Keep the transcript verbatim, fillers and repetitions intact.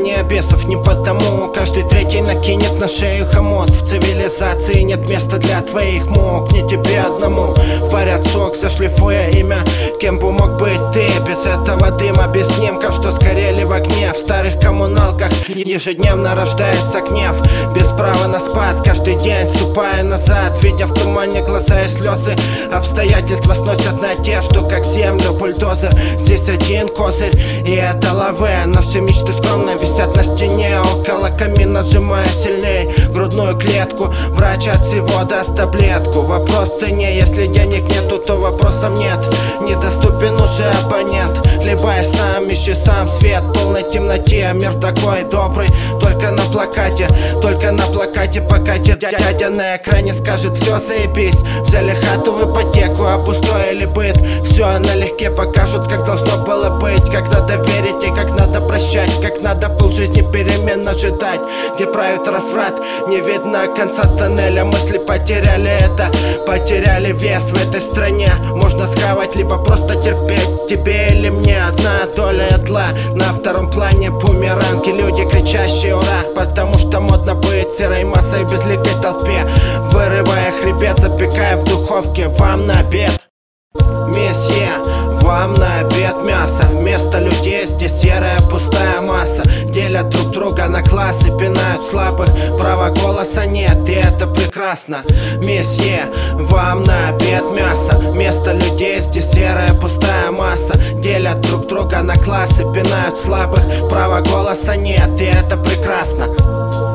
изгнание бесов не потому. Каждый третий накинет на шею хомот. В цивилизации нет места для твоих мук. Не тебе одному в порядок, зашлифуя имя, кем бы мог быть ты. Без этого дыма, без снимков, что сгорели в огне. В старых коммуналках ежедневно рождается гнев. Без права на спад, каждый день ступая назад, видя в тумане глаза и слезы. Обстоятельства сносят надежду, как землю бульдозер. Здесь один козырь, и это лаве. Наши мечты скромно висят на стене. Около камина сжимая сильней грудную клетку. Врач от всего даст таблетку. Вопрос в цене, если денег нету, то вопросов нет. Недоступен уже абонент. Хлебай сам, ищи сам свет в полной темноте. Мир такой добрый, только на плакате. Только на плакате, пока дядя на экране скажет: все, заебись. Взяли хату в ипотеку, обустроили быт. Все налегке покажут, как должно было быть. Как надо верить и как надо прощать. Как надо полжизни перемен ожидать. Где правит разврат, не видно конца тоннеля. Мысли потеряли это, потеряли вес в этой стране. Можно схавать, либо просто терпеть. Тебе или мне одна доля зла. На втором плане бумеранги, люди кричащие ура. Потому что модно быть серой массой в безликой толпе. Вырывая хребет, запекая в духовке. Вам на обед, месье, вам на обед мясо. Вместо людей здесь серая пустая масса. Делят друг друга на классы, пинают слабых. Права голоса нет, и это прекрасно. Месье, вам на обед мясо. Вместо людей здесь серая пустая масса. Делят друг друга на классы, пинают слабых. Права голоса нет, и это прекрасно.